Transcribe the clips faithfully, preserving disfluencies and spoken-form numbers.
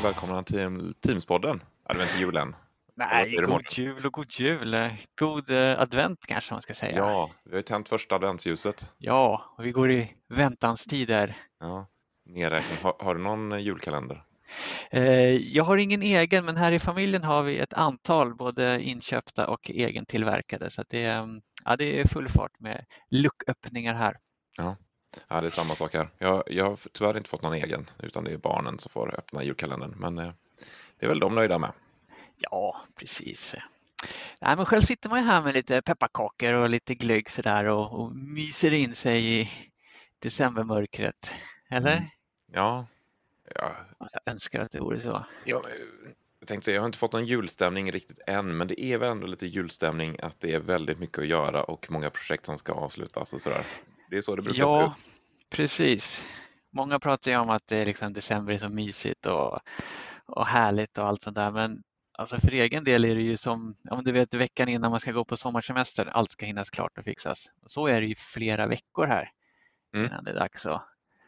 välkomna till Teamspodden. Ja, det var inte jul än. Nej, god jul och god jul. God eh, advent kanske man ska säga. Ja, vi har ju tänt första adventsljuset. Ja, och vi går i väntanstider. Ja, nedräkning. Har, har du någon julkalender? Eh, jag har ingen egen, men här i familjen har vi ett antal både inköpta och egentillverkade. Så att det, är, ja, det är full fart med lucköppningar här. Ja. Ja, det är samma sak här. Jag, jag har tyvärr inte fått någon egen, utan det är barnen som får öppna julkalendern. Men eh, det är väl de nöjda med. Ja, precis. Nej, men själv sitter man ju här med lite pepparkakor och lite glögg sådär och, och myser in sig i decembermörkret. Eller? Mm. Ja. ja. Jag önskar att det vore så. Ja, jag tänkte säga, jag har inte fått någon julstämning riktigt än, men det är väl ändå lite julstämning att det är väldigt mycket att göra och många projekt som ska avslutas och sådär. Det är så det brukar Ja, se ut. precis. Många pratar ju om att det är liksom december är så mysigt och, och härligt och allt sånt där. Men alltså för egen del är det ju som om du vet veckan innan man ska gå på sommarsemester. Allt ska hinnas klart och fixas. Och så är det ju flera veckor här Mm. innan det är dags att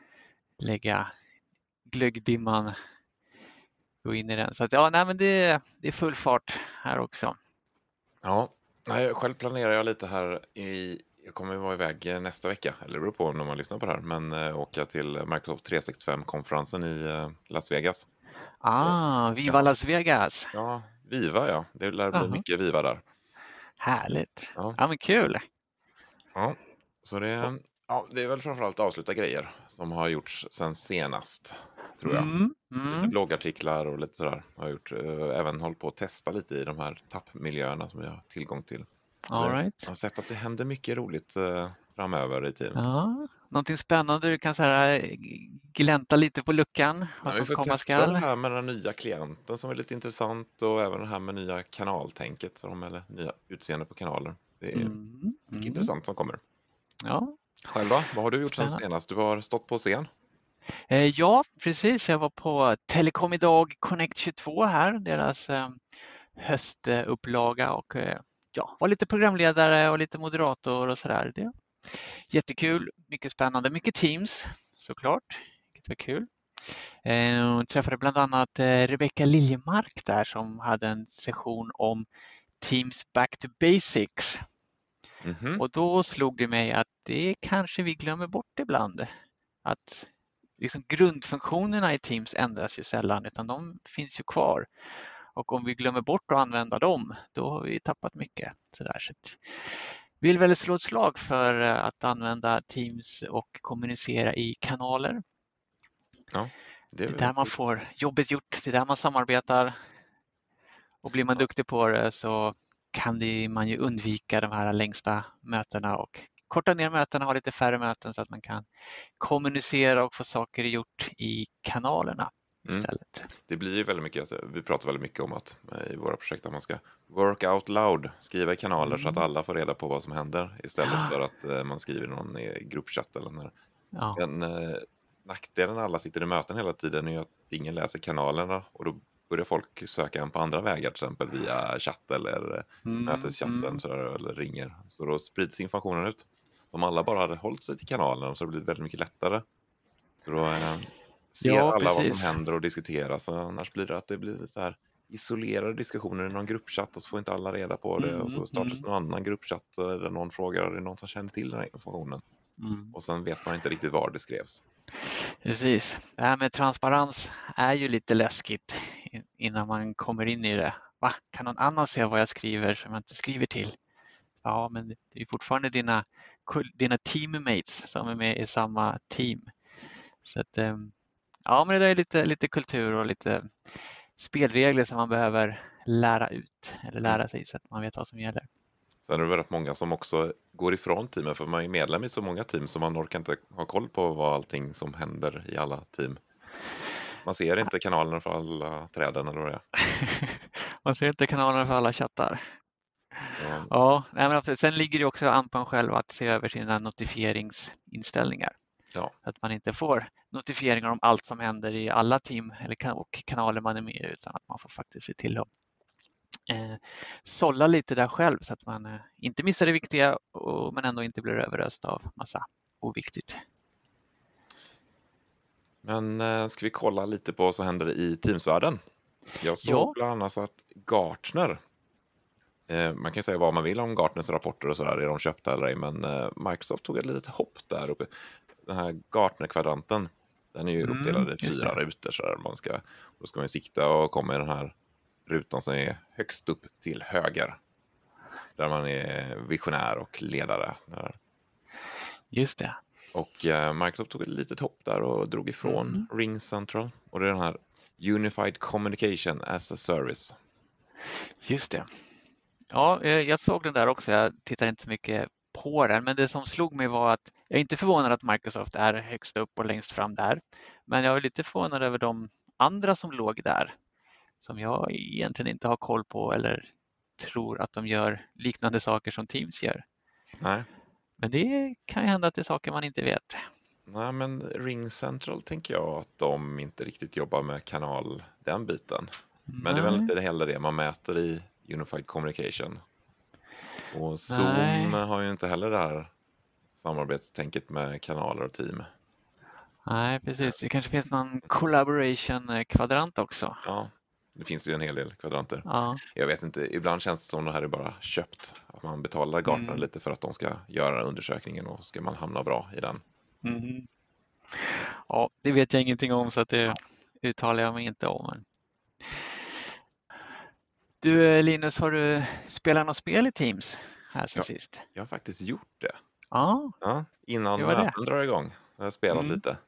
lägga glöggdimman, gå in i den. Så att, ja, nej, men det, det är full fart här också. Ja, nej, själv planerar jag lite här i, jag kommer vara iväg nästa vecka, eller det beror på när man lyssnar på det här, men äh, åka till Microsoft tre sextiofem-konferensen i äh, Las Vegas. Ah, Viva ja. Las Vegas! Ja, Viva ja, det lär bli Aha. mycket Viva där. Härligt! Ja, ja men kul! Ja, så det, ja, det är väl framförallt avsluta grejer som har gjorts sen senast, tror jag. Mm, mm. Lite bloggartiklar och lite sådär har jag gjort. Även hållit på att testa lite i de här tappmiljöerna som jag har tillgång till. All right. Jag har sett att det händer mycket roligt eh, framöver i Teams. Ja, någonting spännande. Du kan så här, glänta lite på luckan. Vad Ja, som vi får komma testa skall. det här med den nya klienten som är lite intressant och även det här med nya kanaltänket som, eller nya utseende på kanaler. Det är Mm, mycket mm. intressant som kommer. Ja. Själv då? Vad har du gjort sen Spännande. senast? Du har stått på scen? Eh, ja, precis. Jag var på Telekom idag Connect tjugotvå här, deras eh, höstupplaga och eh, ja, var lite programledare och lite moderator och sådär. Det jättekul, mycket spännande, mycket Teams såklart, vilket var kul. Eh, träffade bland annat eh, Rebecca Liljemark där som hade en session om Teams Back to Basics. Mm-hmm. Och då slog det mig att det kanske vi glömmer bort ibland. Att liksom grundfunktionerna i Teams ändras ju sällan utan de finns ju kvar. Och om vi glömmer bort att använda dem, då har vi tappat mycket. Sådär. Så vill väl slå ett slag för att använda Teams och kommunicera i kanaler. Ja, det är, det är där man får jobbet gjort, det är där man samarbetar. Och blir man ja. duktig på det så kan det, man ju undvika de här längsta mötena och korta ner mötena, ha lite färre möten så att man kan kommunicera och få saker gjort i kanalerna istället. Mm. Det blir ju väldigt mycket, vi pratar väldigt mycket om att i våra projekt att man ska work out loud, skriva i kanaler mm. så att alla får reda på vad som händer istället ja. för att man skriver någon i gruppchatt eller när. Ja. Den eh, nackdelen när alla sitter i möten hela tiden är ju att ingen läser kanalerna och då börjar folk söka en på andra vägar, till exempel via chatt eller mm. möteschatten mm. sådär, eller ringer. Så då sprids informationen ut. Om alla bara hade hållit sig till kanalen så hade det blivit väldigt mycket lättare. Så då eh, ser ja, alla precis. vad som händer och diskuteras. Så annars blir det att det blir så här isolerade diskussioner i någon gruppchatt och så får inte alla reda på det. Mm. Och så startas mm. någon annan gruppchatt där någon frågar, är det någon som känner till den här informationen? Mm. Och sen vet man inte riktigt var det skrevs. Precis. Det här med transparens är ju lite läskigt innan man kommer in i det. Va? Kan någon annan se vad jag skriver som jag inte skriver till? Ja, men det är fortfarande dina, dina teammates som är med i samma team. Så att, ja, men det är lite, lite kultur och lite spelregler som man behöver lära ut eller lära sig så att man vet vad som gäller. Sen är det väldigt många som också går ifrån teamen för man är medlem i så många team så man orkar inte ha koll på vad allting som händer i alla team. Man ser inte kanalerna för alla träden eller vad det är. Man ser inte kanalerna för alla chattar. Ja, ja men sen ligger det också an på en själv att se över sina notifieringsinställningar. Ja. Så att man inte får notifieringar om allt som händer i alla team eller och kanaler man är med i utan att man får faktiskt se till att eh, sålla lite där själv så att man eh, inte missar det viktiga och, men ändå inte blir överöst av massa oviktigt. Men eh, ska vi kolla lite på vad som händer i Teams-världen? Jag såg Ja. bland annat att Gartner, eh, man kan säga vad man vill om Gartners rapporter och sådär, är de köpta eller ej, men eh, Microsoft tog ett litet hopp där uppe. Den här Gartner-kvadranten, den är ju Mm, uppdelad i just fyra det. rutor. Så där. Man ska, då ska man sikta och komma i den här rutan som är högst upp till höger. Där man är visionär och ledare. Där. Just det. Och eh, Microsoft tog ett litet hopp där och drog ifrån Mhm. Ring Central. Och det är den här Unified Communication as a Service. Just det. Ja, eh, jag såg den där också. Jag tittar inte så mycket på den, men det som slog mig var att jag är inte förvånad att Microsoft är högst upp och längst fram där. Men jag är lite förvånad över de andra som låg där, som jag egentligen inte har koll på eller tror att de gör liknande saker som Teams gör. Nej. Men det kan ju hända att det är saker man inte vet. Nej, men Ring Central tänker jag att de inte riktigt jobbar med kanal, den biten. Men det är väl Nej. inte heller det man mäter i Unified Communication. Och Zoom Nej. har ju inte heller det här samarbetstänket med kanaler och team. Nej, precis. Det kanske finns någon collaboration-kvadrant också. Ja, det finns ju en hel del kvadranter. Ja. Jag vet inte, ibland känns det som det här är bara köpt. Att man betalar Gartner Mm. lite för att de ska göra undersökningen och ska man hamna bra i den. Mm. Ja, det vet jag ingenting om så att det uttalar jag mig inte om. Men... Du Linus, har du spelat något spel i Teams här sen Ja. sist? Jag har faktiskt gjort det. Ja, Ja, innan det var det. möten drar igång. Jag har spelat Mm. lite.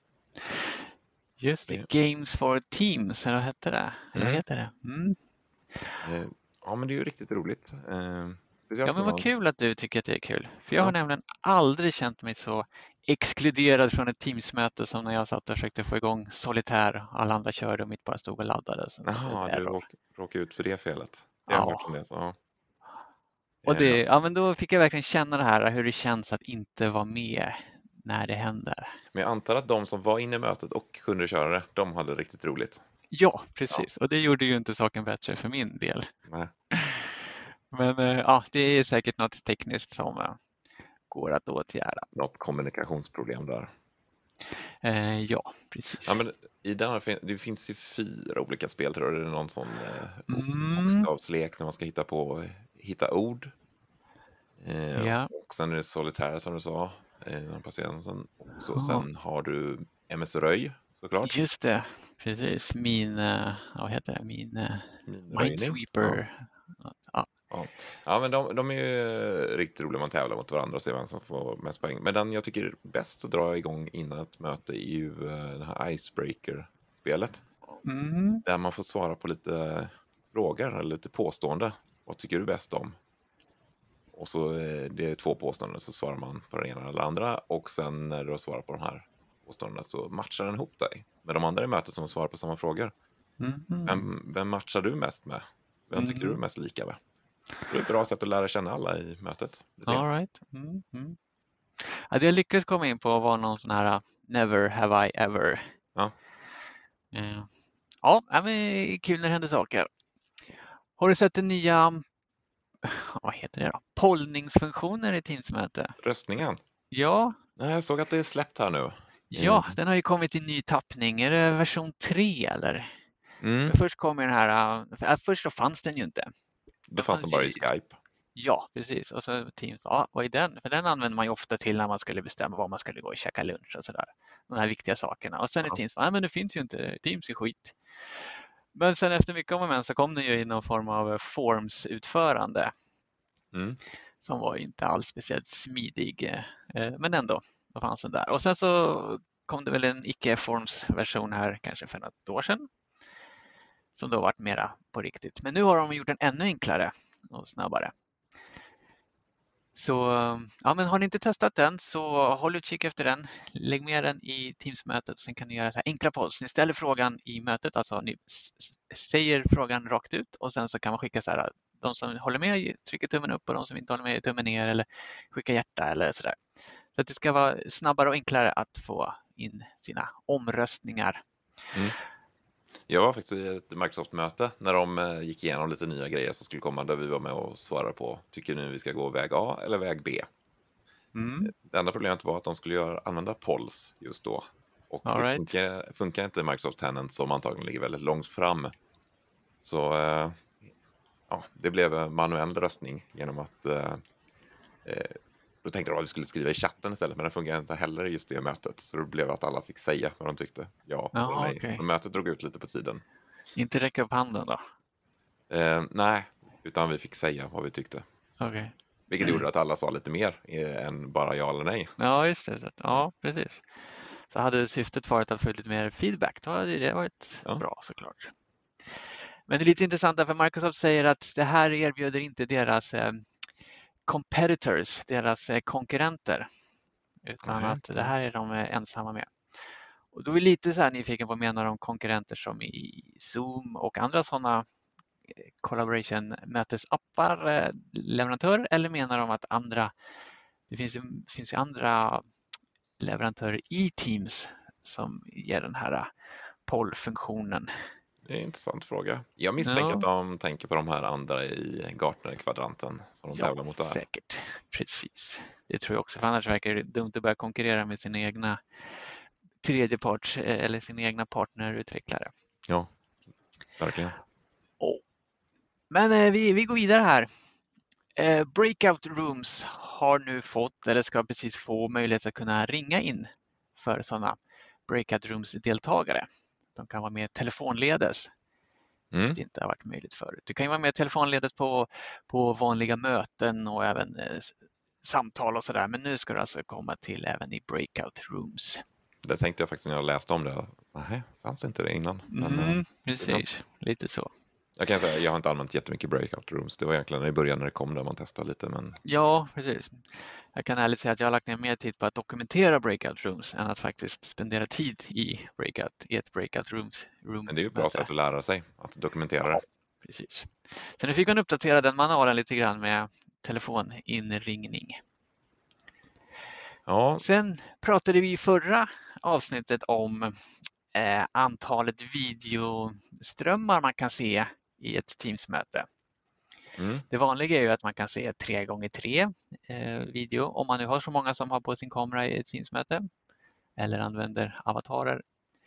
Just det, Games for Teams, eller vad hette det? Eller vad Mm. heter det? Mm. Eh, Ja, men det är ju riktigt roligt. Eh, speciellt Ja, men när vad man... kul att du tycker att det är kul. För jag Ja. har nämligen aldrig känt mig så exkluderad från ett Teamsmöte som när jag satt och försökte få igång Solitär. Alla andra körde och mitt bara stod och laddade. Sen så blev Jaha, det du error. råk, råkade ut för det felet. Jag har Ja. hört om det. Så, ja. Och Eh, det, ja, men då fick jag verkligen känna det här hur det känns att inte vara med när det händer. Men jag antar att de som var inne i mötet och kunde köra det, de hade riktigt roligt. Ja, precis. Och det gjorde ju inte saken bättre för min del. Nej. Men eh, ja, det är säkert något tekniskt som eh, går att åtgärda. Något kommunikationsproblem där. Eh, ja, precis. Ja, men i den här, fin- det finns ju fyra olika spel, tror jag. Det är någon sån eh, Mm. bokstavslek när man ska hitta på hitta ord. Eh, Ja. Och sen är det solitär som du sa. Eh, patienten. Och så, Ja. sen har du M S Röj, såklart. Just det, precis. Min, eh, vad heter det? Min eh, Minröjning. Minesweeper. Ja. Ja. Ja, men de, de är ju riktigt roliga. Man tävlar mot varandra och ser vem som får mest poäng. Men den jag tycker är bäst att dra igång innan ett möte är ju eh, det här Icebreaker-spelet. Mm. Där man får svara på lite frågor eller lite påstående. Vad tycker du bäst om? Och så eh, det är två påståenden, så svarar man på det ena eller andra. Och sen när du har svarat på de här påståendena så matchar den ihop dig med de andra i mötet som svarar på samma frågor. Mm. Vem, vem matchar du mest med? Vem tycker Mm. du är mest lika med? Det är ett bra sätt att lära känna alla i mötet. lite grann. All right. Mm. Mm. Ja, det jag lyckades komma in på var någon sån här uh, never have I ever. Ja. Eh, Ja, ja, men kul när det händer saker. Har du sett den nya, vad heter det då? Pollningsfunktioner i Teamsmöte? Röstningen. Ja, Nej, jag såg att det är släppt här nu. ja, den har ju kommit i ny tappning. Är det version tre eller? Mm. Först kom ju den här, uh, först så fanns den ju inte. Det fanns den bara i ju- Skype. Ja, precis. Och så Teams, ja, vad är den? För den använder man ju ofta till när man skulle bestämma var man skulle gå och käka lunch och sådär. De här viktiga sakerna. Och sen är Ja. Teams, nej men det finns ju inte, Teams är skit. Men sen efter mycket om och men så kom den ju i någon form av Forms-utförande Mm. som var inte alls speciellt smidig. eh, Men ändå, då fanns den där. Och sen så kom det väl en icke-Forms-version här kanske för något år sedan. Som då varit mera på riktigt. Men nu har de gjort den ännu enklare och snabbare. Så ja, men har ni inte testat den så håll utkik efter den. Lägg med den i Teams-mötet och sen kan ni göra så här enkla polls. Ni ställer frågan i mötet, alltså ni s- s- säger frågan rakt ut och sen så kan man skicka så här, de som håller med trycker tummen upp och de som inte håller med tummen ner eller skicka hjärta eller sådär. Så att det ska vara snabbare och enklare att få in sina omröstningar. Mm. Jag var faktiskt i ett Microsoft-möte när de eh, gick igenom lite nya grejer som skulle komma, där vi var med och svarade på, tycker ni vi ska gå väg A eller väg B? Mm. Det enda problemet var att de skulle göra, använda polls just då. Och All det right. funkar, funkar inte Microsoft Tenant som antagligen ligger väldigt långt fram. Så eh, ja, det blev manuell röstning genom att eh, eh, då tänkte de att vi skulle skriva i chatten istället, men det fungerade inte heller just det mötet. Så det blev att alla fick säga vad de tyckte, ja eller Jaha, nej. okej. Så mötet drog ut lite på tiden. Inte räcka upp handen då? Eh, nej, utan vi fick säga vad vi tyckte. Okej. Vilket gjorde att alla sa lite mer eh, än bara ja eller nej. Ja, just det. Så att- Ja, precis. Så hade syftet varit att få lite mer feedback, då hade det varit Ja. bra såklart. Men det är lite intressant för Microsoft säger att det här erbjuder inte deras eh, competitors, deras eh, konkurrenter, utan Nej. att det här är de eh, ensamma med. Och då är vi lite så här nyfiken på, menar de konkurrenter som i Zoom och andra sådana collaboration-mötesappar, eh, leverantörer, eller menar de att andra, det finns ju, finns ju andra leverantörer i Teams som ger den här poll-funktionen? Det är en intressant fråga. Jag misstänker Ja. att de tänker på de här andra i Gartner-kvadranten som de Ja, tävlar mot där. säkert. Precis. Det tror jag också, för annars verkar det dumt att börja konkurrera med sina egna tredjeparts eller sina egna partnerutvecklare. Ja, verkligen. Oh. Men eh, vi, vi går vidare här. Eh, breakout rooms har nu fått, eller ska precis få, möjlighet att kunna ringa in för sådana breakout rooms-deltagare. De kan vara med telefonledes. Mm. Det inte har varit möjligt förut. Du kan ju vara med telefonledes på, på vanliga möten och även eh, samtal och sådär. Men nu ska det alltså komma till även i breakout rooms. Det tänkte jag faktiskt när jag läste om det. Nej, fanns inte det innan. Men, Mm, eh, precis, lite så. jag kan säga jag har inte använt jättemycket breakout rooms. Det var egentligen i början när det kom där man testade lite. Men... Ja, precis. Jag kan ärligt säga att jag har lagt ner mer tid på att dokumentera breakout rooms än att faktiskt spendera tid i, breakout, i ett breakout rooms. Room men det är ju ett bra möte. sätt att lära sig att dokumentera Ja, det. precis. Så nu fick man uppdatera den manualen lite grann med telefoninringning. Ja. Sen pratade vi i förra avsnittet om eh, antalet videoströmmar man kan se i ett Teams-möte. Mm. Det vanliga är ju att man kan se tre gånger tre eh, video om man nu har så många som har på sin kamera i ett Teams-möte eller använder avatarer.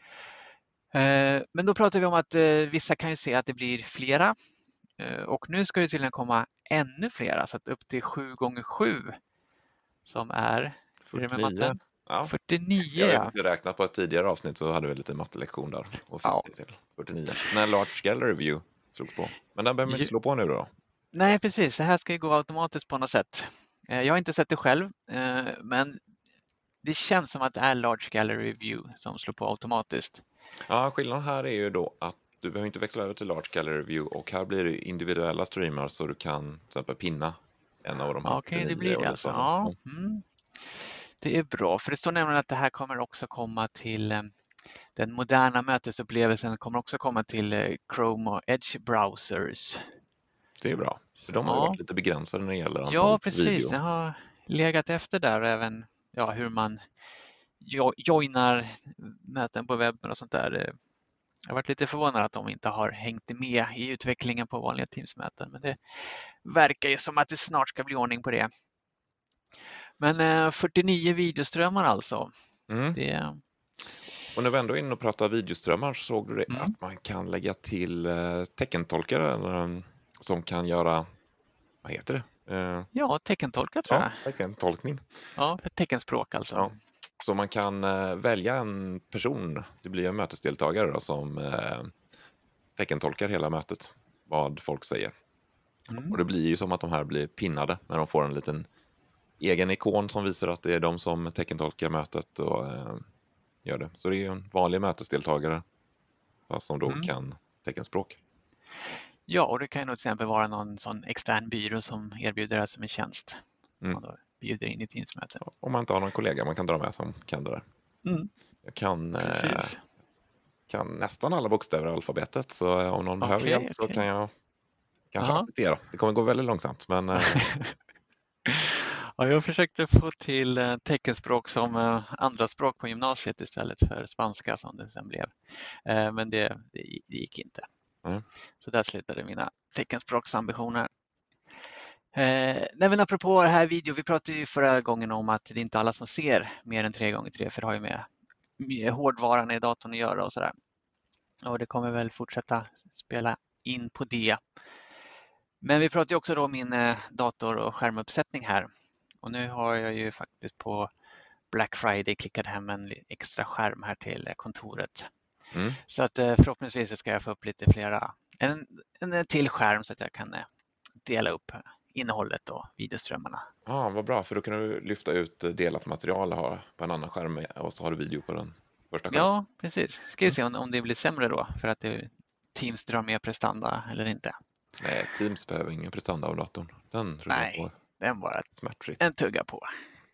Eh, men då pratar vi om att eh, vissa kan ju se att det blir flera eh, och nu ska det tydligen komma ännu flera, så att upp till sju gånger sju som är fyrtionio. Ja. fyrtionio. Jag Ja. har inte räknat på ett tidigare avsnitt så hade vi lite mattelektion där. Och Ja. till fyrtionio. När Large Gallery View slogs på. Men den behöver man inte slå på nu då. Nej, precis. Det här ska ju gå automatiskt på något sätt. Eh, Jag har inte sett det själv, eh, men det känns som att det är Large Gallery View som slår på automatiskt. Ja, skillnaden här är ju då att du behöver inte växla över till Large Gallery View och här blir det individuella streamar så du kan till exempel pinna en av de här. Okej, det fyrtionio blir och det lite alltså. sådana. Ja. Mm. Det är bra, för det står nämligen att det här kommer också komma till eh, den moderna mötesupplevelsen kommer också komma till eh, Chrome och Edge browsers. Det är bra. För de har ju Ja. varit lite begränsade när det gäller antal Ja, precis. video. Det har legat efter där och även ja, hur man jo- joinar möten på webben och sånt där. Jag har varit lite förvånad att de inte har hängt med i utvecklingen på vanliga Teams-möten, men det verkar ju som att det snart ska bli ordning på det. Men eh, fyrtionio videoströmmar alltså. Mm. Det, Och när vi ändå är inne och pratar videoströmmar så såg du det Mm. att man kan lägga till eh, teckentolkare eller, som kan göra, vad heter det? Eh, ja, teckentolkar tror ja, jag. teckentolkning. Ja, ett teckenspråk alltså. Ja. Så man kan eh, välja en person, det blir en mötesdeltagare då, som eh, teckentolkar hela mötet, vad folk säger. Mm. Och det blir ju som att de här blir pinnade när de får en liten egen ikon som visar att det är de som teckentolkar mötet och eh, gör det. Så det är ju en vanlig mötesdeltagare fast som då Mm. kan teckenspråk. Ja, och det kan ju nog till exempel vara någon sån extern byrå som erbjuder det här som en tjänst. Mm. Man då bjuder in i Teams-möten. Om man inte har någon kollega man kan dra med som kan det där. Mm. Jag kan, eh, Precis. kan nästan alla bokstäver i alfabetet så eh, om någon Okej, behöver hjälp så okej. kan jag kanske Ja. assistera. Det kommer gå väldigt långsamt men eh, Ja, jag försökte få till eh, teckenspråk som eh, andra språk på gymnasiet istället för spanska som det sen blev. Eh, Men det, det, det gick inte. Mm. Så där slutade mina teckenspråksambitioner. Eh, nej, men apropå det här video, vi pratade ju förra gången om att det är inte alla som ser mer än tre gånger tre för det har ju med med hårdvaran i datorn att göra och sådär. Och det kommer väl fortsätta spela in på det. Men vi pratar ju också då om min eh, dator- och skärmuppsättning här. Och nu har jag ju faktiskt på Black Friday klickat hem en extra skärm här till kontoret. Mm. Så att eh, förhoppningsvis ska jag få upp lite flera, en, en till skärm så att jag kan eh, dela upp innehållet och videoströmmarna. Ja, vad bra, för då kan du lyfta ut delat material och ha på en annan skärm och så har du video på den första skärmen. Ja, precis. Ska vi se om, om det blir sämre då för att det, Teams drar mer prestanda eller inte. Nej, Teams behöver ingen prestanda av datorn. Den rullar Nej, på den bara smärtfritt. en tugga på.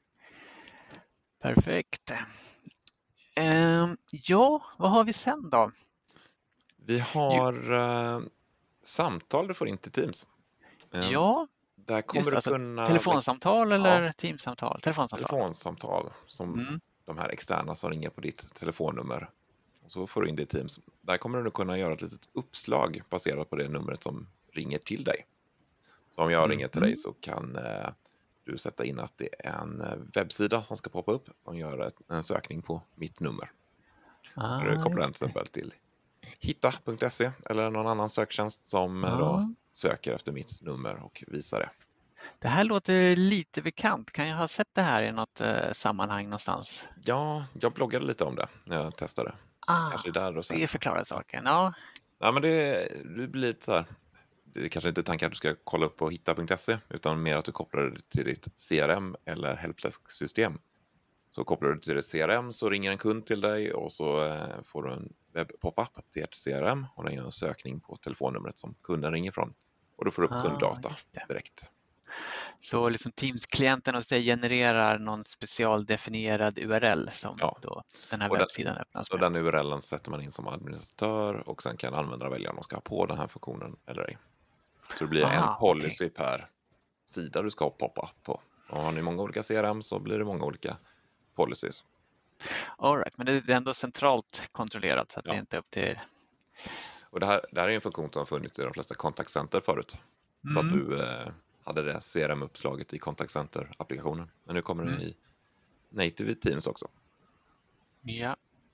Perfekt. Ehm, ja, vad har vi sen då? Vi har eh, samtal du får in till Teams. Ehm, Ja, där kommer just du alltså, kunna... telefonsamtal eller ja. Teamsamtal? Telefonsamtal. Telefonsamtal som mm. de här externa som ringer på ditt telefonnummer. Och så får du in det i Teams. Där kommer du kunna göra ett litet uppslag baserat på det numret som ringer till dig. Så om jag mm. ringer till dig så kan eh, du sätta in att det är en webbsida som ska poppa upp som gör ett, en sökning på mitt nummer. Ah, du kopplar den till exempel till hitta punkt se eller någon annan söktjänst som ah. då söker efter mitt nummer och visar det. Det här låter lite bekant. Kan jag ha sett det här i något eh, sammanhang någonstans? Ja, jag bloggade lite om det när jag testade. Ah, kanske där och det förklarar saken. Ja. Ja, men det, det blir lite så här. Det är kanske inte tanken att du ska kolla upp på hitta punkt se utan mer att du kopplar det till ditt C R M eller helpdesk-system. Så kopplar du till ditt C R M så ringer en kund till dig och så eh, får du en webb-pop-up till ert C R M och den gör en sökning på telefonnumret som kunden ringer från. Och då får du upp ah, kunddata direkt. Så liksom Teams-klienten hos dig genererar någon specialdefinierad U R L som ja. då den här och webbsidan den, öppnas med. Och den U R L som man in som administratör och sen kan användare välja om de ska ha på den här funktionen eller ej. Så det blir Aha, en policy okay. per sida du ska poppa på. Och har ni många olika C R M så blir det många olika policies. All right, men det är ändå centralt kontrollerat så att ja. det är inte upp till... Och det här, det här är en funktion som har funnits i de flesta kontaktcenter förut. Mm. Så att du eh, hade det C R M-uppslaget i kontaktcenter-applikationen. Men nu kommer mm. det i native Teams också. Ja.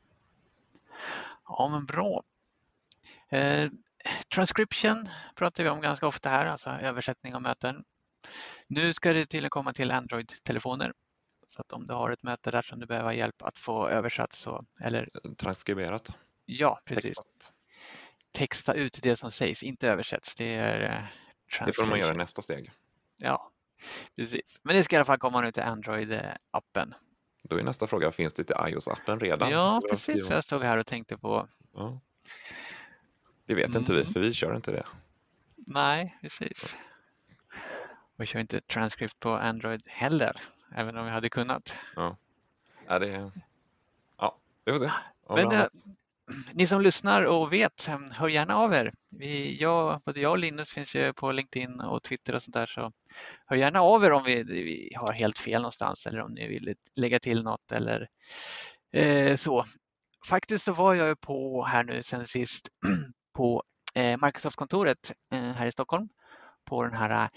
Ja, men bra. Eh, transcription pratar vi om ganska ofta här, alltså översättning av möten. Nu ska det tydligen komma till Android-telefoner. Så att om du har ett möte där som du behöver hjälp att få översatt så... Eller... Transkriberat. Ja, precis. Textat. Texta ut det som sägs, inte översätts. Det är eh, Det får man göra i nästa steg. Ja, precis. Men det ska i alla fall komma nu till Android-appen. Då är nästa fråga, finns det till iOS-appen redan? Ja, precis. Jag stod här och tänkte på. Ja. Det vet mm. inte vi, för vi kör inte det. Nej, precis. Vi kör inte transcript på Android heller, även om vi hade kunnat. Ja, ja det är... Ja, vi får se. Men äh, ni som lyssnar och vet, hör gärna av er. Vi, jag, både jag och Linus finns ju på LinkedIn och Twitter och sånt där, så hör gärna av er om vi, vi har helt fel någonstans eller om ni vill lägga till något eller eh, så. Faktiskt så var jag på här nu sen sist på eh, Microsoft-kontoret eh, här i Stockholm på den här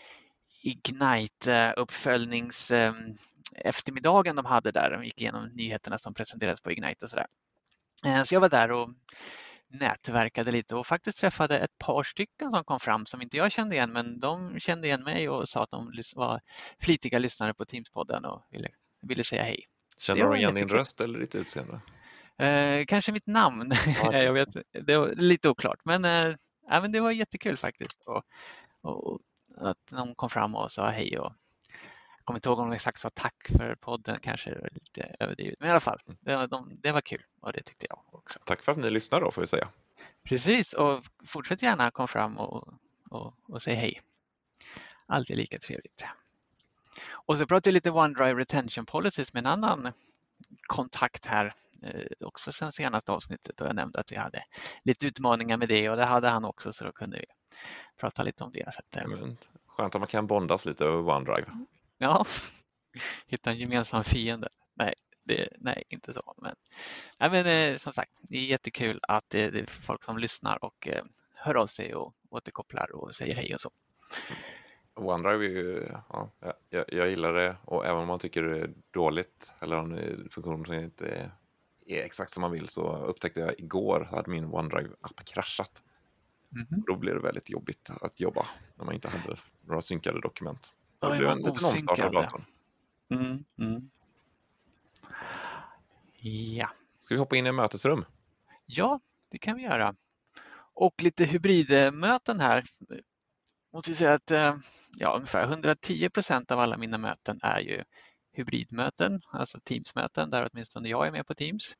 Ignite-uppföljnings eh, eftermiddagen de hade där. De gick igenom nyheterna som presenterades på Ignite och sådär. Eh, så jag var där och nätverkade lite och faktiskt träffade ett par stycken som kom fram som inte jag kände igen, men de kände igen mig och sa att de var flitiga lyssnare på Teams-podden och ville, ville säga hej. Känner du igen din röst eller ditt utseende? Eh, kanske mitt namn. Okay. Jag vet, det var lite oklart, men, eh, ja, men det var jättekul faktiskt. Och, och, att någon kom fram och sa hej. Och, jag kommer inte ihåg om de exakt sa tack för podden, kanske lite överdrivet. Men i alla fall, det, de, det var kul och det tyckte jag också. Tack för att ni lyssnar då, får vi säga. Precis, och fortsätt gärna komma fram och, och, och säga hej. Alltid lika trevligt. Och så pratar vi lite OneDrive Retention Policies med en annan kontakt här. Eh, också sen senaste avsnittet och jag nämnde att vi hade lite utmaningar med det och det hade han också, så då kunde vi prata lite om det. Så att, eh. Men, skönt att man kan bondas lite över OneDrive. Ja, hitta en gemensam fiende. Nej, det, nej inte så. Men, nej, men eh, som sagt, det är jättekul att eh, det är folk som lyssnar och eh, hör av sig och återkopplar och säger hej och så. OneDrive är ju, ja, jag, jag gillar det, och även om man tycker det är dåligt eller om det är funktioner som inte är är exakt som man vill, så upptäckte jag igår att min OneDrive-app kraschat. Mm-hmm. Då blev det väldigt jobbigt att jobba när man inte hade några synkade dokument. Då det är blev man en liten omstart av datorn. Mm, mm. Ja. Ska vi hoppa in i mötesrum? Ja, det kan vi göra. Och lite hybridmöten här. Måste jag säga att ja, ungefär hundratio procent av alla mina möten är ju hybridmöten, alltså Teams-möten där åtminstone jag är med på Teams.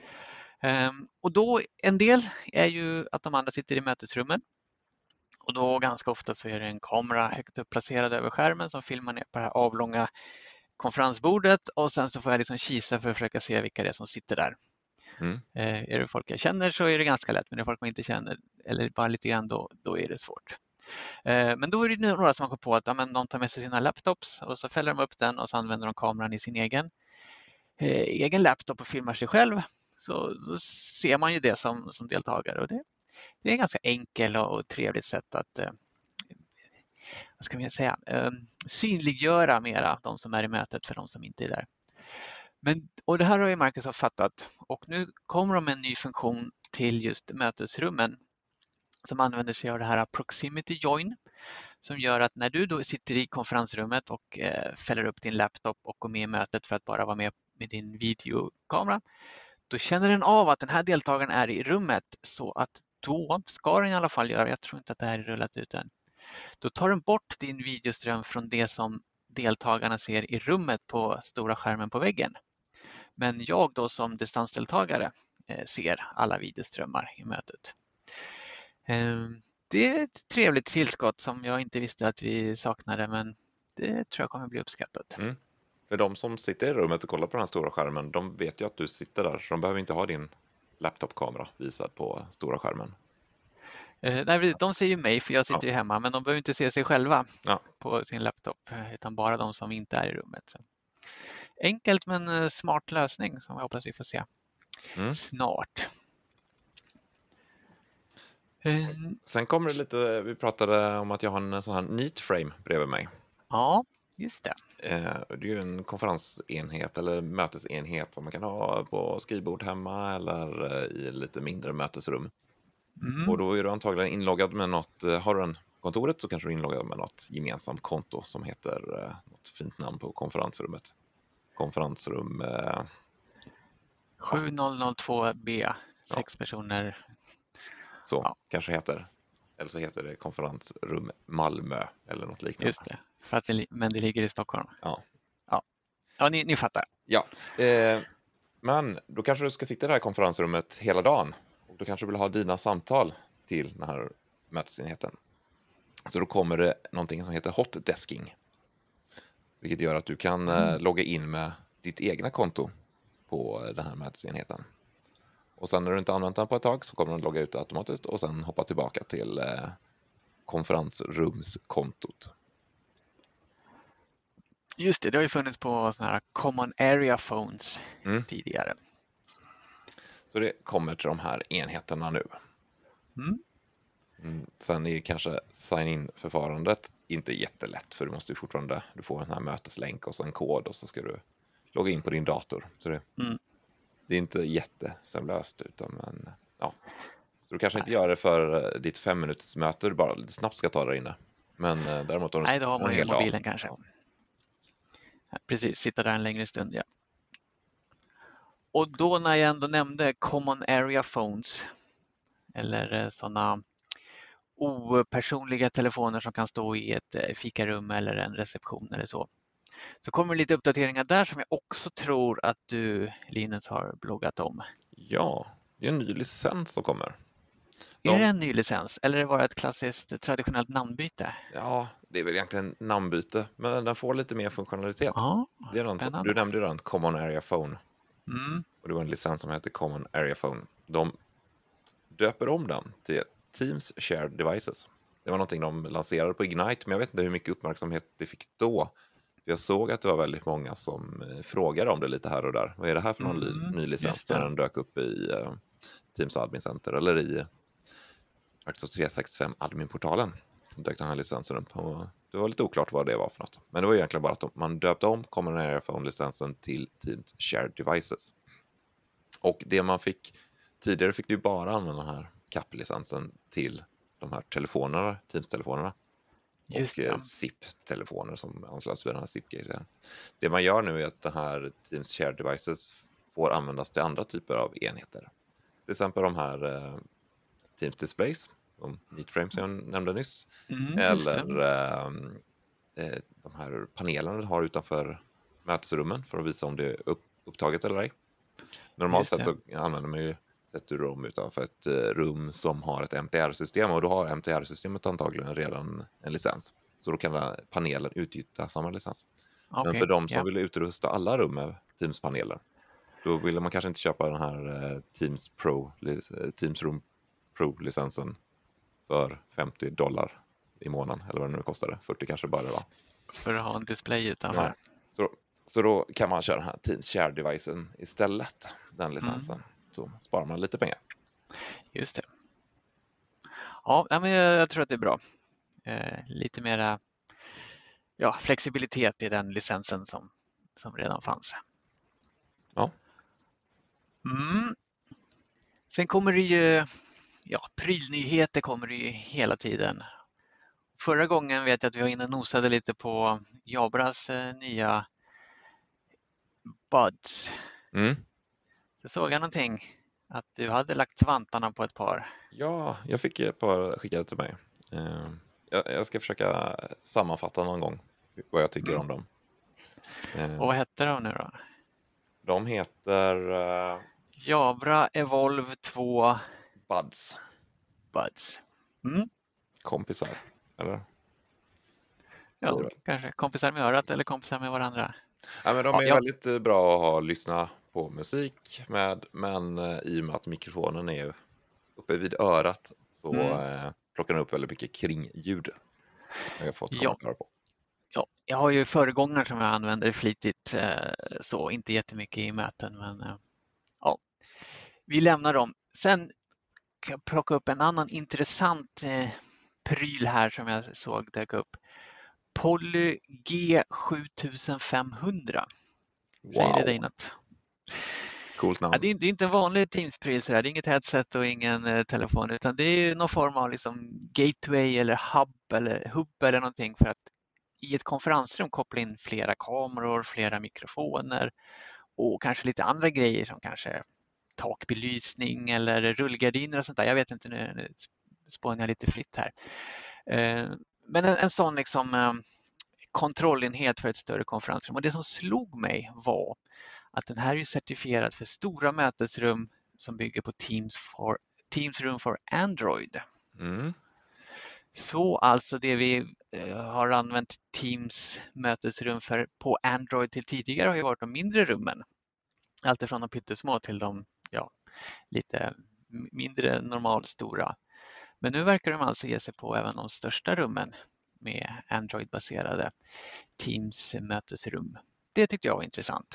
Och då en del är ju att de andra sitter i mötesrummen. Och då ganska ofta så är det en kamera högt upp placerad över skärmen som filmar ner på det här avlånga konferensbordet och sen så får jag liksom kisa för att försöka se vilka det är som sitter där. Mm. Är det folk jag känner så är det ganska lätt, men är det folk man inte känner eller bara lite grann då, då är det svårt. Men då är det några som har gått på att ja, men de tar med sig sina laptops och så fäller de upp den och så använder de kameran i sin egen, eh, egen laptop och filmar sig själv. Så, så ser man ju det som, som deltagare och det, det är en ganska enkel och trevligt sätt att eh, vad ska man säga, eh, synliggöra mera de som är i mötet för de som inte är där. Men, och det här har ju Microsoft fattat och nu kommer de med en ny funktion till just mötesrummen som använder sig av det här Proximity Join som gör att när du då sitter i konferensrummet och eh, fäller upp din laptop och går med i mötet för att bara vara med med din videokamera, då känner den av att den här deltagaren är i rummet så att då ska den i alla fall göra, jag tror inte att det här är rullat ut än, då tar den bort din videoström från det som deltagarna ser i rummet på stora skärmen på väggen. Men jag då som distansdeltagare eh, ser alla videoströmmar i mötet. Eh, det är ett trevligt tillskott som jag inte visste att vi saknade, men det tror jag kommer bli uppskattat. Mm. För de som sitter i rummet och kollar på den här stora skärmen, de vet ju att du sitter där, så de behöver inte ha din laptopkamera visad på stora skärmen. Eh, nej, de ser ju mig för jag sitter Ja. ju hemma, men de behöver inte se sig själva ja. på sin laptop, utan bara de som inte är i rummet. Så. Enkelt men smart lösning som jag hoppas vi får se mm. snart. Sen kommer det lite, vi pratade om att jag har en sån här Neat Frame bredvid mig. Ja, just det. Det är ju en konferensenhet eller mötesenhet som man kan ha på skrivbord hemma eller i lite mindre mötesrum. Mm. Och då är du antagligen inloggad med något, har du en kontoret så kanske du är inloggad med något gemensamt konto som heter något fint namn på konferensrummet. Konferensrum eh, sju noll noll två B, sex ja. personer. Så ja. kanske heter. Eller så heter det konferensrum Malmö eller något liknande. Just det, för att det, men det ligger i Stockholm. Ja, ja. ja ni, ni fattar. Ja, eh, men då kanske du ska sitta i det här konferensrummet hela dagen. Och då kanske du vill ha dina samtal till den här mötesenheten. Så då kommer det någonting som heter hotdesking. Vilket gör att du kan mm. eh, logga in med ditt egna konto på den här mötesenheten. Och sen när du inte använt den på ett tag så kommer den logga ut automatiskt och sen hoppa tillbaka till eh, konferensrumskontot. Just det, det har ju funnits på såna här common area phones mm. tidigare. Så det kommer till de här enheterna nu. Mm. Mm. Sen är kanske sign-in-förfarandet inte jättelätt för du måste ju fortfarande, du får den här möteslänk och så en kod och så ska du logga in på din dator. Så det, mm. det är inte jättesömlöst utan men, ja. Så du kanske Nej. inte gör det för ditt fem minuters möte du bara lite snabbt ska ta där inne. Men däremot har du Nej, då har man ju mobilen dag. kanske. Ja. Precis, sitta där en längre stund, ja. Och då när jag ändå nämnde common area phones eller sådana opersonliga telefoner som kan stå i ett fikarum eller en reception eller så. Så kommer lite uppdateringar där som jag också tror att du, Linus, har bloggat om. Ja, det är en ny licens som kommer. De... Är det en ny licens eller är det bara ett klassiskt traditionellt namnbyte? Ja, det är väl egentligen namnbyte, men den får lite mer funktionalitet. Ja, det är den, du nämnde ju den, Common Area Phone. Mm. Och det var en licens som heter Common Area Phone. De döper om den till Teams Shared Devices. Det var någonting de lanserade på Ignite, men jag vet inte hur mycket uppmärksamhet det fick då. Jag såg att det var väldigt många som frågade om det lite här och där. Vad är det här för någon mm, ny licens när den dök upp i uh, Teams Admin Center eller i Microsoft tre sextiofem Admin-portalen. Dök den här licensen upp och det var lite oklart vad det var för något. Men det var egentligen bara att man döpte om Common Area Phone-licensen till Teams Shared Devices. Och det man fick, tidigare fick du bara använda den här C A P-licensen till de här telefonerna, Teams-telefonerna. Just och det. eh, S I P-telefoner som ansluts vid den här S I P-grejen. Det man gör nu är att det här Teams Shared Devices får användas till andra typer av enheter. Till exempel de här eh, Teams Displays, de Neatframes jag nämnde nyss. Mm, eller eh, eh, de här panelerna du har utanför mötesrummen för att visa om det är upp, upptaget eller ej. Normalt sett så använder man ju, sätter du dem utanför ett rum som har ett M T R-system, och då har M T R-systemet antagligen redan en licens. Så då kan panelen utnyttja samma licens. Okay, men för de som yeah. vill utrusta alla rum med Teams-paneler, då vill man kanske inte köpa den här Teams Pro, Teams Room Pro-licensen för femtio dollar i månaden, eller vad det nu kostade. fyrtio kanske bara det var. För att ha en display utanför. Så, så då kan man köra den här Teams Share-devicen istället, den licensen. Mm. Så sparar man lite pengar. Just det. Ja, men jag, jag tror att det är bra. Eh, lite mera ja, flexibilitet i den licensen som, som redan fanns. Ja. Mm. Sen kommer det ju, ja, prylnyheter kommer det ju hela tiden. Förra gången vet jag att vi var inne och nosade lite på Jabras eh, nya Buds. Mm. Så såg jag någonting att du hade lagt vantarna på ett par. Ja, jag fick ett par skickade till mig. Uh, jag, jag ska försöka sammanfatta någon gång vad jag tycker mm. om dem. Uh, och vad heter de nu då? De heter uh, Jabra Evolve två Buds. Buds. Mm. Kompisar, eller? Ja, kanske. Kompisar med örat eller kompisar med varandra. Ja, men de är ja, väldigt jag... bra att ha, lyssna på musik med, men uh, i och med att mikrofonen är uppe vid örat så mm. uh, plockar den upp väldigt mycket kringljud. Jag har fått kommentarer ja. på. Ja, jag har ju föregångare som jag använder flitigt, så inte jättemycket i möten, men ja, vi lämnar dem. Sen kan jag plocka upp en annan intressant pryl här som jag såg dök upp. Poly G sju fem hundra. Wow. Säger det dig något? Coolt namn. Ja, det, är, det är inte en vanlig Teams-pryl, det är inget headset och ingen eh, telefon, utan det är någon form av liksom gateway eller hub eller hub eller någonting för att i ett konferensrum koppla in flera kameror, flera mikrofoner och kanske lite andra grejer som kanske takbelysning eller rullgardiner och sånt där. Jag vet inte, nu, nu spånar jag lite fritt här. Men en, en sån liksom kontrollenhet för ett större konferensrum. Och det som slog mig var att den här är certifierad för stora mötesrum som bygger på Teams, for, Teams Room for Android. Mm. Så alltså det vi har använt Teams mötesrum för på Android till tidigare har ju varit de mindre rummen. Allt från de pyttesmå till de ja, lite mindre normalstora. Men nu verkar de alltså ge sig på även de största rummen med Android-baserade Teams mötesrum. Det tyckte jag var intressant.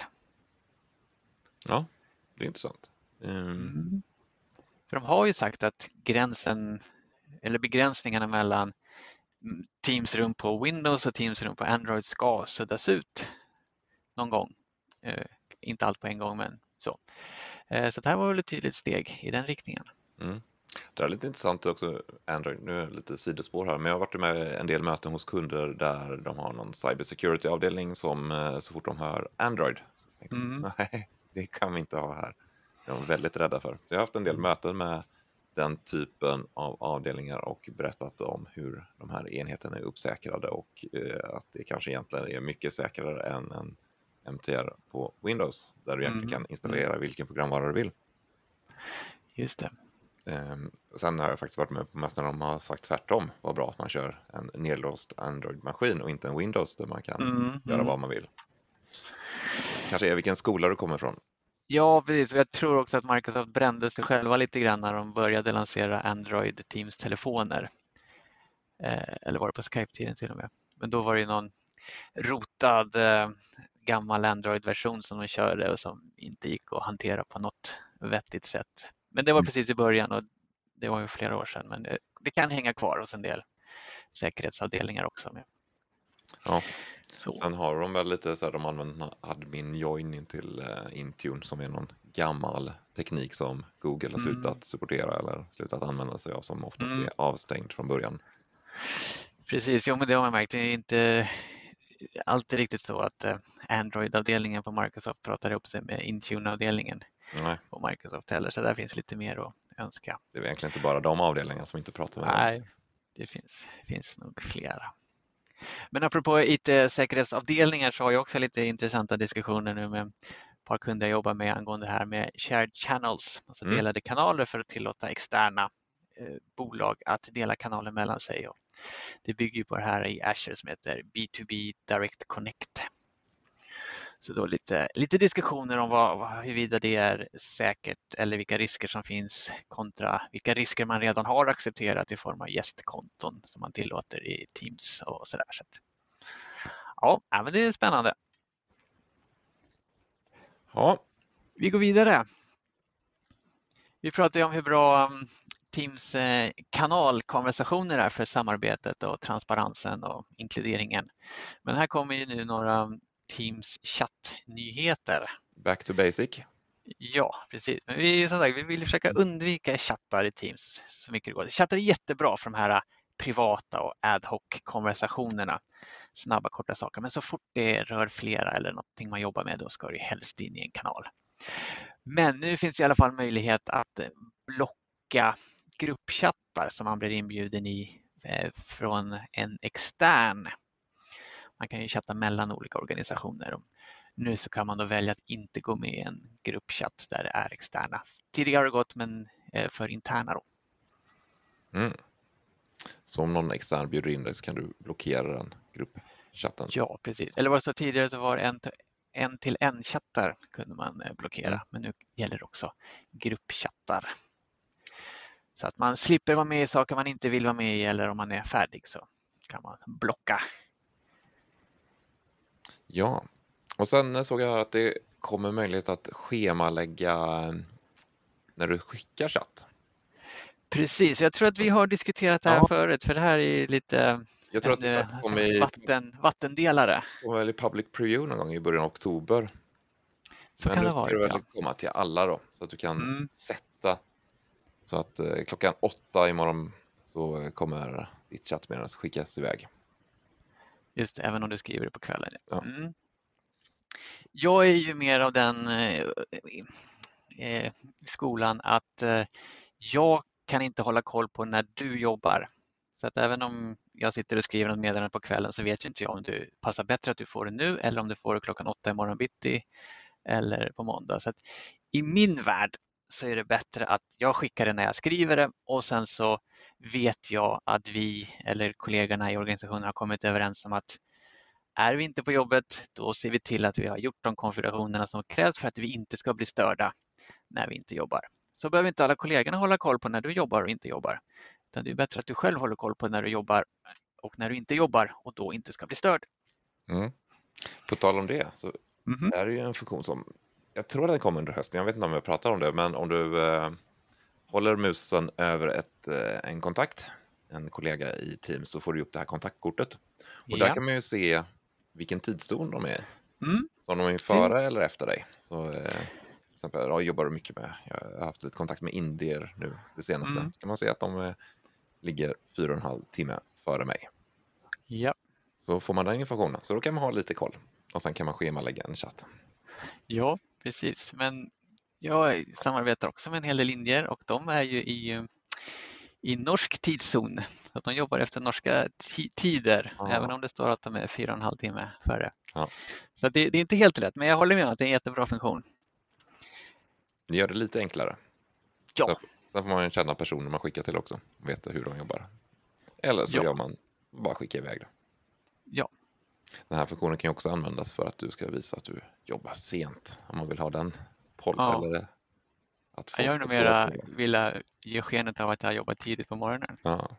Ja, det är intressant. Mm. Mm. För de har ju sagt att gränsen eller begränsningarna mellan Teams-rum på Windows och Teams-rum på Android ska suddas ut någon gång. Eh, inte allt på en gång, men så. Eh, så det här var väl ett tydligt steg i den riktningen. Mm. Det är lite intressant också, Android, nu är det lite sidospår här, men jag har varit med en del möten hos kunder där de har någon cybersecurity-avdelning som så fort de hör Android, tänkte, mm. nej, det kan vi inte ha här. De är väldigt rädda för. Så jag har haft en del möten med den typen av avdelningar och berättat om hur de här enheterna är uppsäkrade och eh, att det kanske egentligen är mycket säkrare än en M T R på Windows där du egentligen mm. kan installera mm. vilken programvara du vill. Just det. Um, sen har jag faktiskt varit med på möten där de har sagt tvärtom. Vad bra att man kör en nedlåst Android-maskin och inte en Windows där man kan mm. göra vad man vill. Kanske är vilken skola du kommer ifrån. Ja, precis. Jag tror också att Microsoft brände sig själva lite grann när de började lansera Android Teams-telefoner. Eh, eller var det på Skype-tiden till och med. Men då var det någon rotad eh, gammal Android-version som de körde och som inte gick att hantera på något vettigt sätt. Men det var precis i början och det var ju flera år sedan. Men det, det kan hänga kvar hos en del säkerhetsavdelningar också. Med. Ja, Så. Sen har de väl lite så här, de använder admin join till uh, Intune som är någon gammal teknik som Google har slutat mm. supportera eller slutat använda sig av, som oftast mm. är avstängd från början. Precis, jo, men det har man märkt. Det är inte alltid riktigt så att Android-avdelningen på Microsoft pratar ihop sig med Intune-avdelningen Nej. på Microsoft heller, så där finns lite mer att önska. Det är egentligen inte bara de avdelningarna som inte pratar med Nej, dem. Det finns, finns nog flera. Men apropå I T-säkerhetsavdelningar så har jag också lite intressanta diskussioner nu med ett par kunder jag jobbar med angående det här med shared channels, alltså mm. delade kanaler för att tillåta externa eh, bolag att dela kanaler mellan sig. Och det bygger ju på det här i Azure som heter B två B Direct Connect. Så då lite, lite diskussioner om vad, huruvida det är säkert eller vilka risker som finns kontra vilka risker man redan har accepterat i form av gästkonton som man tillåter i Teams och sådär. Så att, ja, men det är spännande. Ja. Vi går vidare. Vi pratar ju om hur bra Teams kanalkonversationer är för samarbetet och transparensen och inkluderingen. Men här kommer ju nu några Teams chattnyheter. Back to basic. Ja, precis. Men vi, som sagt, vi vill försöka undvika chattar i Teams så mycket det går. Chattar är jättebra för de här privata och ad hoc konversationerna. Snabba, korta saker. Men så fort det rör flera eller någonting man jobbar med, då ska det helst in i en kanal. Men nu finns det i alla fall möjlighet att blocka gruppchattar som man blir inbjuden i från en extern. Man kan ju chatta mellan olika organisationer. Nu så kan man då välja att inte gå med i en gruppchatt där det är externa. Tidigare har det gått, men för interna då. Mm. Så om någon extern bjuder in dig så kan du blockera den gruppchatten? Ja, precis. Eller var det så tidigare att det var en, en till en chattar kunde man blockera. Mm. Men nu gäller det också gruppchattar. Så att man slipper vara med i saker man inte vill vara med i, eller om man är färdig så kan man blocka. Ja, och sen såg jag att det kommer möjlighet att schemalägga när du skickar chatt. Precis, jag tror att vi har diskuterat det här ja. förut, för det här är lite jag tror en, att det kommer i, vatten, vattendelare. Det kommer väl i public preview någon gång i början av oktober. Så Men kan nu det vara. ska det väl ja. komma till alla då, så att du kan mm. sätta så att eh, klockan åtta imorgon så kommer ditt chattmeddelande skickas iväg. Just det, även om du skriver det på kvällen. Ja. Mm. Jag är ju mer av den eh, eh, skolan att eh, jag kan inte hålla koll på när du jobbar. Så att även om jag sitter och skriver något meddelande på kvällen så vet ju inte jag om du passar bättre att du får det nu eller om du får det klockan åtta imorgon bitti eller på måndag. Så att i min värld så är det bättre att jag skickar det när jag skriver det och sen så vet jag att vi eller kollegorna i organisationen har kommit överens om att är vi inte på jobbet, då ser vi till att vi har gjort de konfigurationerna som krävs för att vi inte ska bli störda när vi inte jobbar. Så behöver inte alla kollegorna hålla koll på när du jobbar och inte jobbar. Utan det är bättre att du själv håller koll på när du jobbar och när du inte jobbar och då inte ska bli störd. Mm. På tal om det, så mm-hmm. är det ju en funktion som, jag tror att den kommer under hösten, jag vet inte om jag pratar om det, men om du eh, håller musen över ett, eh, en kontakt, en kollega i Teams, så får du upp det här kontaktkortet. Och ja. Där kan man ju se vilken tidszon de är i. Mm. Så om de är före eller efter dig. Så eh, till exempel, jag jobbar mycket med, jag har haft lite kontakt med indier nu det senaste. Mm. Kan man se att de eh, ligger fyra och en halv timme före mig. Ja. Så får man den informationen, så då kan man ha lite koll. Och sen kan man schemalägga en chatt. Ja, precis. Men jag samarbetar också med en hel del indier och de är ju i, i norsk tidszon. Så att de jobbar efter norska t- tider, ja. Även om det står att de är fyra och en halv timme före. Ja. Så det, det är inte helt rätt, men jag håller med om att det är en jättebra funktion. Det gör det lite enklare. Ja. Så, sen får man känna personer man skickar till också och veta hur de jobbar. Eller så ja. Gör man bara skicka iväg det. Ja. Den här funktionen kan ju också användas för att du ska visa att du jobbar sent. Om man vill ha den poll ja. eller att jag gör nog mera vilja ge skenet av att jag jobbar tidigt på morgonen. Ja.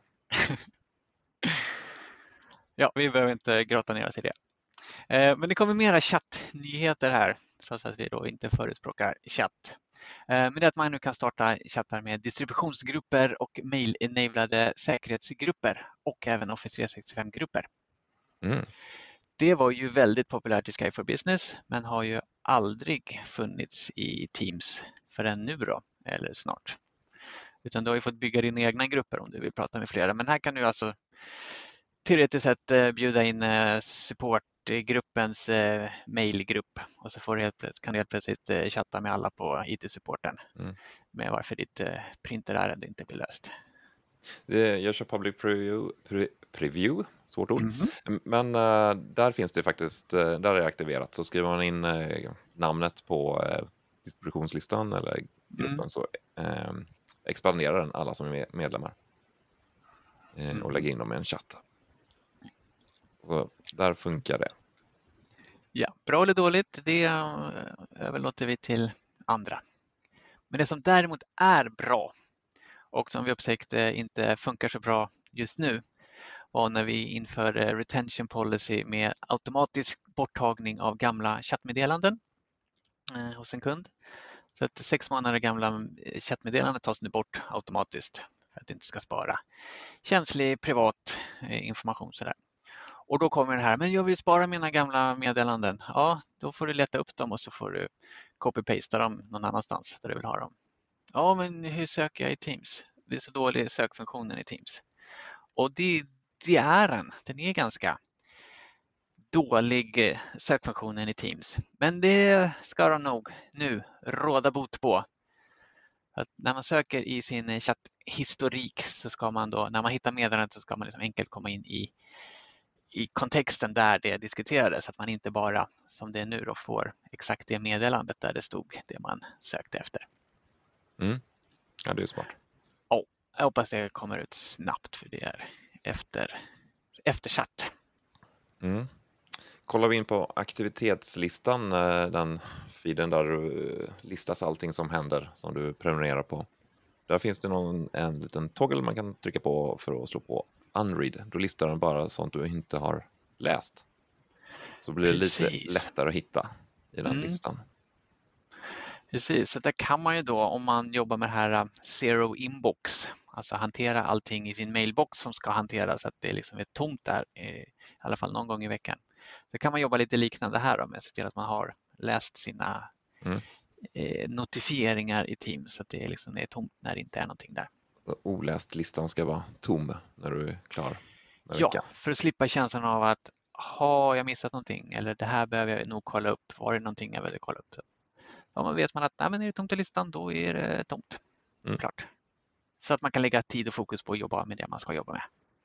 Ja, vi behöver inte grotta ner oss i det. Eh, men det kommer mera chattnyheter här, trots att vi då inte förespråkar chatt. Eh, men det är att man nu kan starta chattar med distributionsgrupper och mail-enablade säkerhetsgrupper och även Office tre sextiofem-grupper. Mm. det var ju väldigt populärt i Skype for Business, men har ju aldrig funnits i Teams förrän nu då, eller snart. Utan du har ju fått bygga dina egna grupper om du vill prata med flera. Men här kan du alltså teoretiskt sett bjuda in supportgruppens mailgrupp och så får du helt plötsligt, kan du helt plötsligt chatta med alla på I T-supporten mm. med varför ditt printerärende inte blir löst. Jag kör public preview, pre, preview svårt ord, mm-hmm. men uh, där finns det faktiskt, uh, där är det aktiverat, så skriver man in uh, namnet på uh, distributionslistan eller gruppen mm. så uh, expanderar den alla som är medlemmar uh, mm. och lägger in dem i en chatt. Så där funkar det. Ja, bra eller dåligt, det överlåter vi till andra. Men det som däremot är bra och som vi upptäckte inte funkar så bra just nu var när vi införde retention policy med automatisk borttagning av gamla chattmeddelanden eh, hos en kund. Så att sex månader gamla chattmeddelanden tas nu bort automatiskt för att du inte ska spara känslig privat information sådär. Och då kommer det här, men jag vill spara mina gamla meddelanden. Ja, då får du leta upp dem och så får du copy-pasta dem någon annanstans där du vill ha dem. Ja, men hur söker jag i Teams? Det är så dålig sökfunktionen i Teams. Och det, det är den. Den är ganska dålig sökfunktionen i Teams. Men det ska de nog nu råda bot på. Att när man söker i sin chatthistorik så ska man då, när man hittar meddelandet så ska man liksom enkelt komma in i, i kontexten där det diskuterades. Så att man inte bara, som det är nu, då får exakt det meddelandet där det stod det man sökte efter. Mm. Ja, det är smart. Oh, jag hoppas det kommer ut snabbt för det är efter, eftersatt. Mm. Kollar vi in på aktivitetslistan, den feeden där du listas allting som händer som du prenumererar på. Där finns det någon, en liten toggle man kan trycka på för att slå på unread. Då listar den bara sånt du inte har läst. Så blir det Precis. lite lättare att hitta i den mm. listan. Precis, så där kan man ju då om man jobbar med det här zero inbox, alltså hantera allting i sin mailbox som ska hanteras så att det liksom är tomt där i alla fall någon gång i veckan. Så kan man jobba lite liknande här då, med att se till att man har läst sina mm. eh, notifieringar i Teams så att det liksom är tomt när det inte är någonting där. Oläst listan ska vara tom när du är klar med Ja, veckan. för att slippa känslan av att har jag missat någonting eller det här behöver jag nog kolla upp, var det någonting jag vill kolla upp. Så om man vet man att nej, men är det tomt i listan, då är det tomt. Mm. Klart. Så att man kan lägga tid och fokus på att jobba med det man ska jobba med.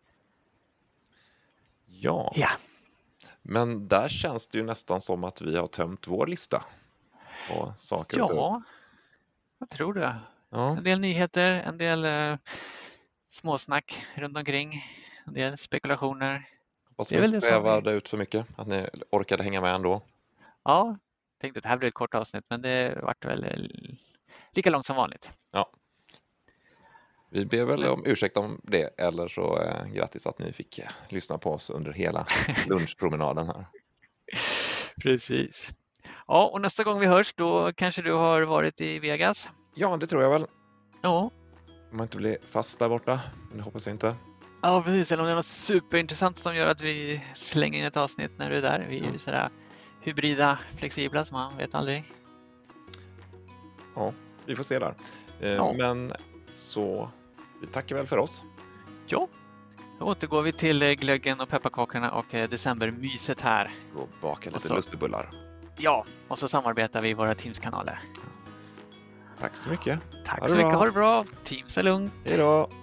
Ja. ja. Men där känns det ju nästan som att vi har tömt vår lista på saker. Ja, jag tror det. Ja. En del nyheter, en del eh, småsnack runt omkring, en del spekulationer. Hoppas vi inte svävade ut för mycket, att ni orkade hänga med ändå. Ja, jag tänkte att det här blir ett kort avsnitt, men det vart väl lika långt som vanligt. Ja. Vi ber väl om ursäkt om det, eller så eh, grattis att ni fick eh, lyssna på oss under hela lunchpromenaden här. Precis. Ja, och nästa gång vi hörs då kanske du har varit i Vegas? Ja, det tror jag väl. Ja. Om man inte blir fast där borta, men det hoppas jag inte. Ja, precis. Eller om det är något superintressant som gör att vi slänger in ett avsnitt när du är där. Vi är mm. sådär hybrida, flexibla, som man vet aldrig. Ja, vi får se där. Eh, ja. Men så vi tackar väl för oss. Ja, då återgår vi till glöggen och pepparkakorna och decembermyset här. Och baka lite så, lussebullar. Ja, och så samarbetar vi i våra Teams-kanaler. Tack så mycket. Tack så mycket, ha det bra. Teams är lugnt. Hej då.